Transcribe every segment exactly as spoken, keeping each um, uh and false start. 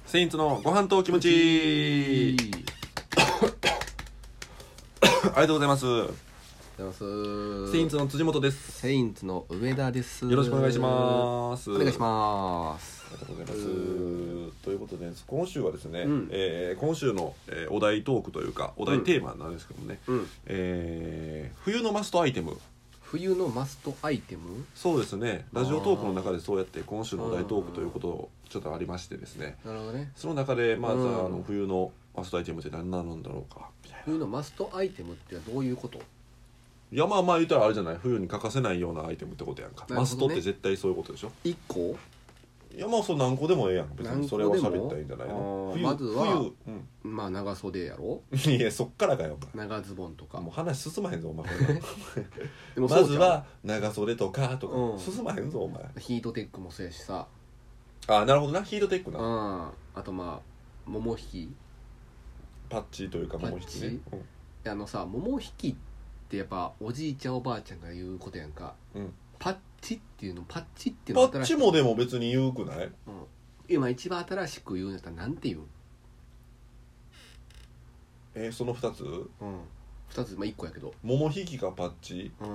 セインツのご飯とキムチありがとうございます。 ありがとうございます。 セインツの辻本です。 セインツの上田です。 よろしくお願いします。 お願いします。 ありがとうございます。ということで今週はですね、 うん、 えー、今週の、えー、お題トークというかお題テーマなんですけどもね、 うん、 えー、冬のマストアイテム。 冬のマストアイテム。 そうですね、ラジオトークの中でそうやって今週のお題トークということをちょっとありましてですね、 なるほどね。 その中でまず、 うん、 あの冬のマストアイテムって何なんだろうかみたいな。 冬のマストアイテムってどういうこと？ いやまあまあ言ったらあれじゃない、冬に欠かせないようなアイテムってことやんか、 なるほどね。 マストって絶対そういうことでしょ。 いっこ？ いやまあそう何個でもええやん、別にそれは喋ったらいいんじゃないの。冬まずは冬、 うん、まあ長袖やろ。 いやそっからかよお前、 長ズボンとか。 もう話進まへんぞお前でもまずは長袖とかとか、 うん、 進まへんぞお前。 ヒートテックもそうやしさ。 あなるほどな、ヒートテックな、 うん、あとまあ桃引きパッチというか桃引きね、 あのさ、桃引きってやっぱおじいちゃんおばあちゃんが言うことやんか、 うん、 パッチっていうのパッチっていうのパッチもでも別に言うくない、うん、 今一番新しく言うんだったらなんて言うん？ えー、そのふたつ、うん、 ふたつ、まあいっこやけど、 桃引きかパッチ、うん、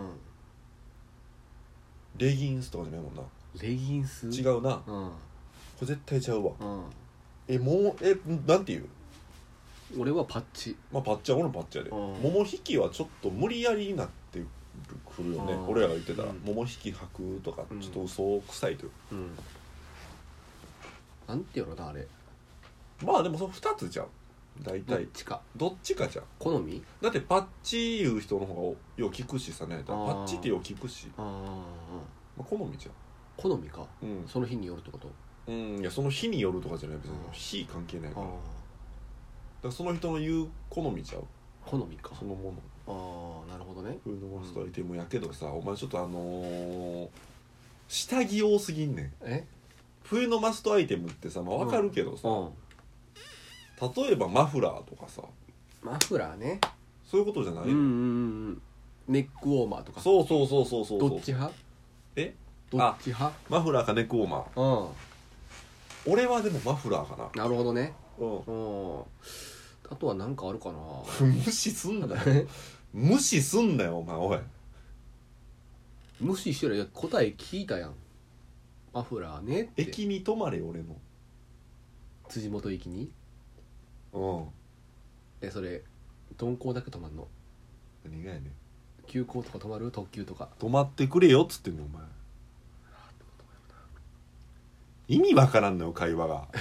レギンスとかじゃないもんな。 レギンス違うな、うん、これ絶対ちゃうわ、うん、えもうえなんて言う？ 俺はパッチ。 まあパッチは俺のパッチやで、うん、桃引きはちょっと無理やりになってくるよね、俺らが言ってたら、うん、桃引き履くとかちょっと嘘くさいという、うん、 なんて言うのなあれ。 まあでもそのふたつじゃん大体。 どっちかどっちかじゃん。 好みだってパッチ言う人の方がよう聞くしさね、パッチってよう聞くし、あ、まあ、好みじゃん。 好みか、 うん、 その日によるってこと？ うん、いやその日によるとかじゃない、別に日関係ないから、だからその人の言う好みちゃう。 好みか、 そのもの。 ああなるほどね。 冬のマストアイテムやけどさ、うん、お前ちょっとあのー、下着多すぎんねん。え冬のマストアイテムってさ、まあ、分かるけどさ、うんうん、例えばマフラーとかさ。 マフラーね、 そういうことじゃない？うんうんうん、ネックウォーマーとか。 そうそうそうそうそう。 どっち派？ えどっち派？ マフラーかネックウォーマー。うん。俺はでもマフラーかな。 なるほどね。 うん。 うん。あとは何かあるかな。 無視すんなよ。無視すんなよお前、おい。 無視してる。いや答え聞いたやん。マフラーねって。 駅に泊まれ俺の。 辻元駅に。 うん。 えそれ鈍行だけ止まんの？ 何がやねん。 急行とか止まる？特急とか止まってくれよっつってんのお前。意味わからんのよ会話が。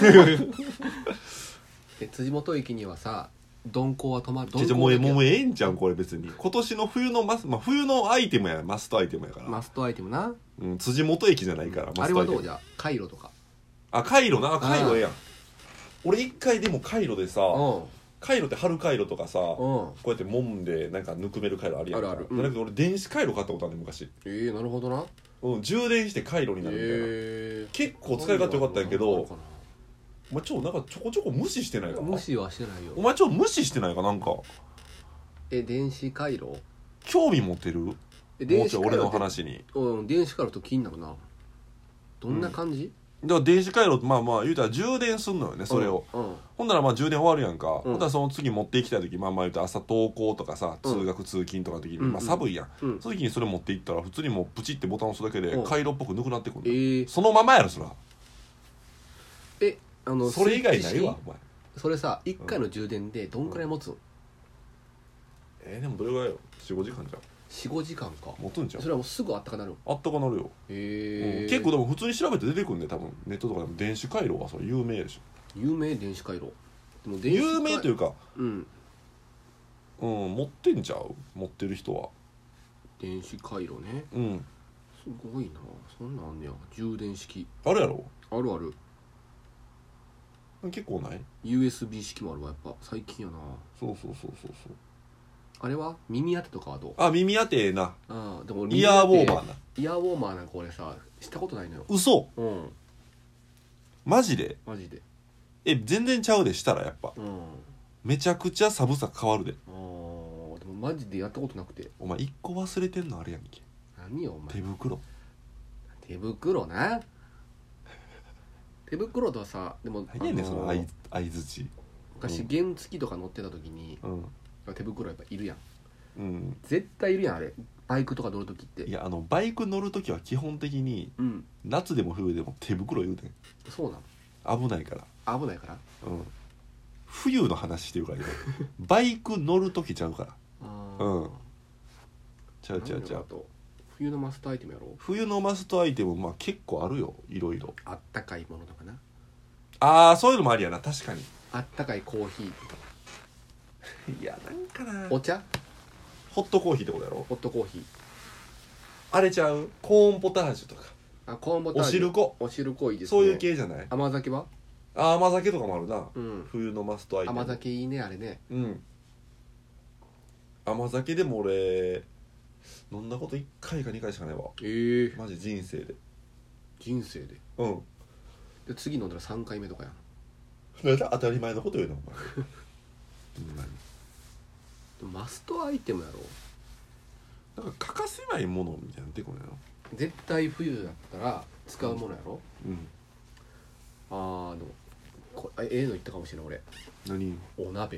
え辻元駅にはさ鈍行は止まる？ じゃもうもうええんちゃんこれ別に。今年の冬のマス、まあ、冬のアイテムや、マストアイテムやから。 マストアイテムな。 うん、辻元駅じゃないから、うん、マストアイテム。 あれはどうじゃ？カイロとか。 あカイロな、カイロええやん。俺一回でもカイロでさ、カイロって春カイロとかさ、こうやって揉んでなんかぬくめるカイロあるやんか。あるある、うん、だけど俺電子カイロ買ったことあるね昔。 えー、なるほどな。 うん、充電してカイロになるみたいな、えー、結構使い勝手よかったんやけど、お前ちょなんかちょこちょこ無視してないか？ 無視はしてないよ。 お前ちょ無視してないかなんか。え電子回路興味持ってる？え電子回路もうちょい俺の話に。 うん電子回路と気になるな。どんな感じ？ うん、だから電子回路ってまあまあ言うたら充電すんのよねそれを、うんうん、ほんならまあ充電終わるやんか、うん、ほんならその次持っていきたい時まあまあ言うたら朝登校とかさ、うん、通学通勤とかの時に、うん、まあ寒いやん、うん、その時にそれ持っていったら普通にもうプチってボタン押すだけで回路っぽくぬくなってくるんだ、うんえー、そのままやろそら。 えあのそれ以外ないわお前。 それさいっかいの充電でどんくらい持つ、うん、 えー、でもどれぐらいよ よん,ご 時間じゃん。 よん,ご 時間か持つんじゃん。 それはもうすぐあったかなる。 あったかなるよ。へえ、うん、結構でも普通に調べて出てくるんで多分ネットとかでも電子回路はそれ有名でしょ。 有名電子回路でも電子有名というかうんうん持ってんちゃう持ってる人は。 電子回路ね。 うんすごいな。そんなんあんねや。充電式あるやろ。 あるある。 結構ない？ ユーエスビー 式もあるわやっぱ最近やな。 そうそうそうそうそう。 あれは耳当てとかはどう？ あ耳当てな。 あでもイヤーウォーマーな。 イヤーウォーマーなんか俺さしたことないのよ。 嘘？ うん。 マジで？ マジで。 え全然ちゃうでしたらやっぱ。うん。めちゃくちゃ寒さ変わるで。 ああでもマジでやったことなくて。 お前一個忘れてんのあれやんけ。 何よお前。 手袋。 手袋な。 手袋とはさでも何やねんその相づち。 昔原付とか乗ってた時に、 うん、 手袋やっぱいるやん、 うん、 絶対いるやんあれバイクとか乗る時って。 いやあのバイク乗る時は基本的に、うん、夏でも冬でも手袋言うてん。 そうなの危ないから危ないから、 うん、冬の話してるから今バイク乗る時ちゃうから。あうんちゃうちゃうちゃう。 冬のマストアイテムやろ。 冬のマストアイテムまあ結構あるよいろいろ。 あったかいものとかな。 ああそういうのもありやな確かに。 あったかいコーヒーとかいやなんかなお茶ホットコーヒーってことやろ。 ホットコーヒーあれちゃうコーンポタージュとか。 あコーンポタージュお汁粉お汁粉いいですね。 そういう系じゃない。 甘酒はあ甘酒とかもあるな、 うん、 冬のマストアイテム。 甘酒いいねあれね。 うん甘酒でも俺飲んだこといっかいかにかいしかないわ。ええー、マジ人生で。 人生でうんで次飲んだらさんかいめとかやん。 なんで当たり前のこと言うのお前でもマストアイテムやろ。なんか欠かせないものみたいなの出てこないの。 絶対冬だったら使うものやろ。うん、うん、あーでもこれええの言ったかもしれない俺。 何。 お鍋。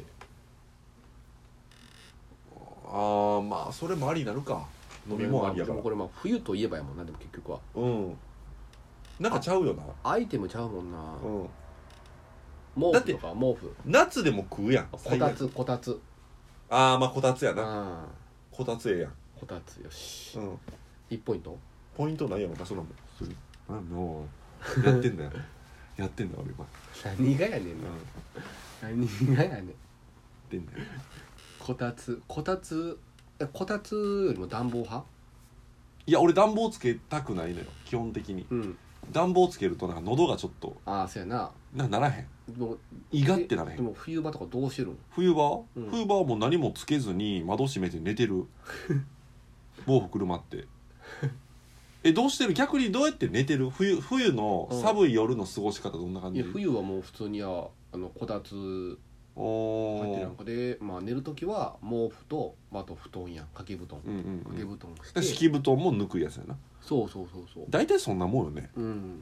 ああまあそれもありになるか。飲み物ありやから。 でもこれまあ冬といえばやもんな。でも結局はうんなんかちゃうよな。 アイテムちゃうもんな。うん毛布とか毛布夏でも食うやん。 こたつこたつ。 ああまあこたつやな。こたつええやん。 こたつよし、うん、いちポイントポイントないやろかそんなもん。するあもうやってんだよやってんだ俺今。 何がやねんな、うん、何がやねんてんだよこたつこたつこたつよりも暖房派。 いや俺暖房つけたくないのよ基本的に、うん、暖房つけるとなんか喉がちょっとああそうやななならへん。胃がってならへん。 でも冬場とかどうしてるん。 冬場、うん、冬場はもう何もつけずに窓閉めて寝てる毛布くるまってえどうしてる。逆にどうやって寝てる。冬冬の寒い夜の過ごし方どんな感じ。 いや冬はもう普通にはあのこたつ入ってるなんかで、まあ、寝るときは毛布と、まあ、あと布団やん掛け布団、うんうんうん、掛け布団して敷布団も抜くやつやな。 そうそうそうそう大体そんなもんよね。 うん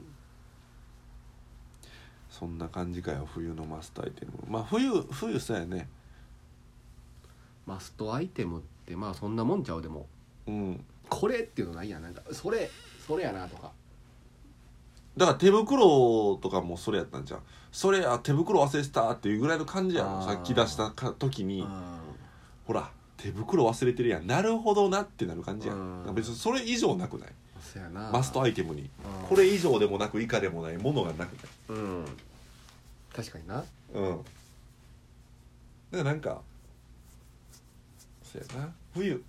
そんな感じかよ冬のマストアイテム。まあ冬冬そうやね。 マストアイテムってまあそんなもんちゃう。でも、うん、これっていうのないやん。なんかそれそれやなとか。 だから手袋とかもそれやったんじゃん。それあ手袋忘れてたっていうぐらいの感じやろ。さっき出したか時にほら手袋忘れてるやんなるほどなってなる感じやん。別にそれ以上なくない。 そうやなマストアイテムにこれ以上でもなく以下でもないものがなくない。 うん確かにな。 うんだからなんかそうやな。冬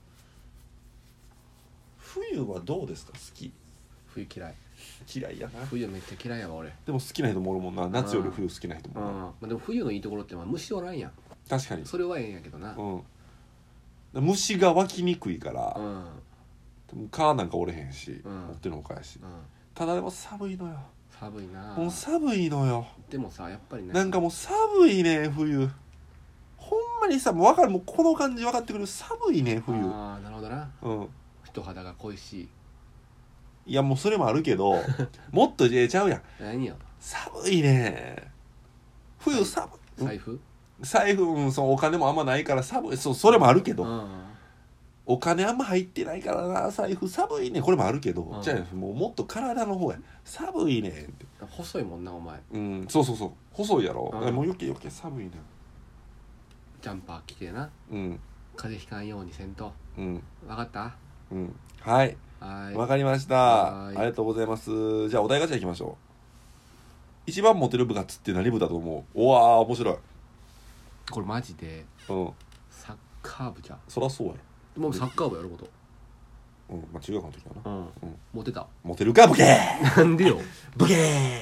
冬はどうですか。好き。 冬嫌い。 嫌いやな。 冬めっちゃ嫌いやわ俺。 でも好きな人もおるもんな。夏より冬好きな人もな。 まあ、でも冬のいいところってまあ虫おらんやん。 確かにそれはええんやけどな。 うん虫が湧きにくいから、うん、蚊なんかおれへんし、 うん、 持ってるのほかやし、うん、ただでも寒いのよ。 寒いな。 もう寒いのよ。 でもさやっぱりねなんかもう寒いね冬。ほんまにさもう分かる。もうこの感じ分かってくる。寒いね冬。 ああなるほどな。うん人肌が恋しい。 いやもうそれもあるけどもっとええちゃうやん。 何よ寒いね冬寒い。 財布財布、うん、そうお金もあんまないから寒い。そうそれもあるけど、うん、お金あんま入ってないからな財布寒いねこれもあるけど、うん、じゃあもうもっと体の方や寒いねんって。 細いもんなお前。 うんそうそうそう細いやろ、うん、もう余計余計寒いねん。 ジャンパー着てな、うん、風邪ひかんようにせんと、うん、分かった。 うんはいはいわかりました。ありがとうございます。じゃあお題ガチャいきましょう。一番モテる部活って何部だと思う。おわー面白い。 これマジで、うん、サッカー部じゃん。 そらそうやろ。 もうサッカー部やること。 うんまあ中学の時はな。うん、うん、 モテた。 モテるかボケー。 なんでよボケ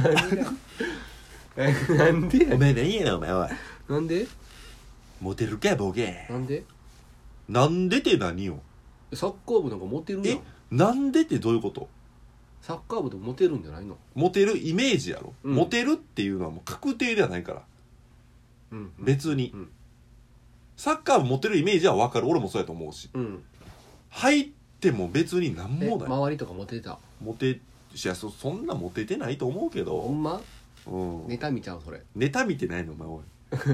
ー。なんでや。 お前何やねんお前おい。 なんでモテるかボケー。 なんでなんでって何よ。 サッカー部なんかモテるやん。 えなんでってどういうこと。 サッカー部でモテるんじゃないの。 モテるイメージやろ、うん、モテるっていうのはもう確定ではないから、うんうん、別に、うん、サッカー部モテるイメージは分かる。俺もそうやと思うし、うん、入っても別に何もない。 周りとかモテた。 モテや そ, そんなモテてないと思うけどほんま、 うん、 妬みちゃうそれ。 ネタ見てないのお前おい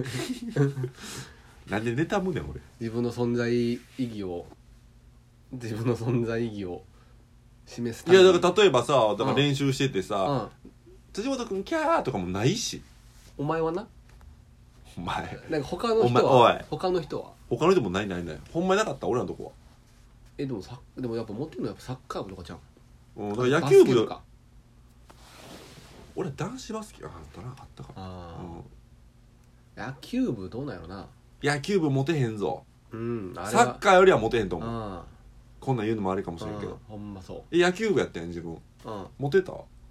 なんで妬むねん俺。 自分の存在意義を自分の存在意義を示すために。 いやだから例えばさだから練習しててさ、 うん、 辻本君キャーとかもないし。 お前はなお前なんか他の人はおい他の人は他の人もないないない。ほんまになかった俺らのとこは。 えでもさでもやっぱ持ってるのはやっぱサッカー部とかじゃん。 うんだから野球部か俺男子バスケあったなあったかあ、 うん、 野球部どうなんやろな。 野球部モテへんぞ。 うんあれサッカーよりはモテへんと思う。 あこんなん言うのもあれかもしれんけど。 ほんまそう。 え野球部やったやん自分。 うんモテた。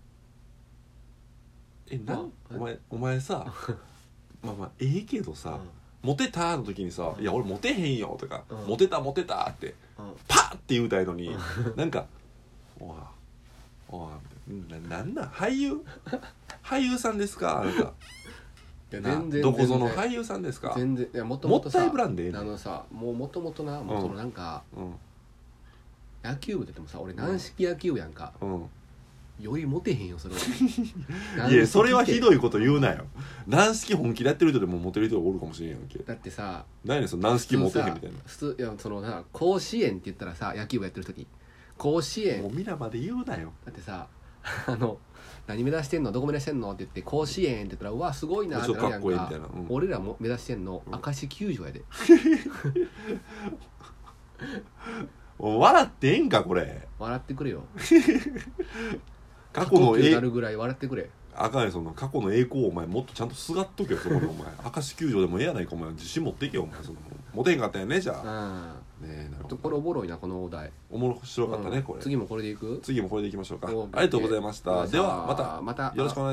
えな、 まあ、 お前お前さまあまあええけどさ、うん、モテたの時にさ、うん、いや俺モテへんよとか、うん、モテたモテたって、うん、パッって言うたいのに、うん、なんかおわおわな、なんなん俳優俳優さんですかあなた。いや全然どこぞの俳優さんですか。 全然いやもともとさもったいぶらんでええの。 あのさもうもともとなもうそのなんか、うんうん、野球部って言ってもさ俺軟式野球部やんか、うん、よりモテへんよそれは。 いやそれはひどいこと言うなよ。軟式本気でやってる人でもモテる人がおるかもしれんやんけ。 だってさ何やねんその軟式モテへんみたいな。 普通いやそのな甲子園って言ったらさ野球部やってる時甲子園もう皆まで言うなよ。 だってさあの何目指してんのどこ目指してんのって言って甲子園って言ったらうわすごいなってなるやんか。いいみたいな、うん、俺らも目指してんの明石球場やで。 笑ってええんかこれ。 笑ってくれよ。 過去の栄光なるぐらい笑ってくれ。 あかんよそんな過去の栄光をお前もっとちゃんとすがっとけよそこにお前明石球場でもええやないかお前自信持ってけよお前そのモテへんかったんやねじゃあ。 うん、ねえなるほど。これおもろいなこのお題。 面白かったね、うん、これ。 次もこれでいく。 次もこれでいきましょうか。ありがとうございました。ではまたまたよろしくお願いします。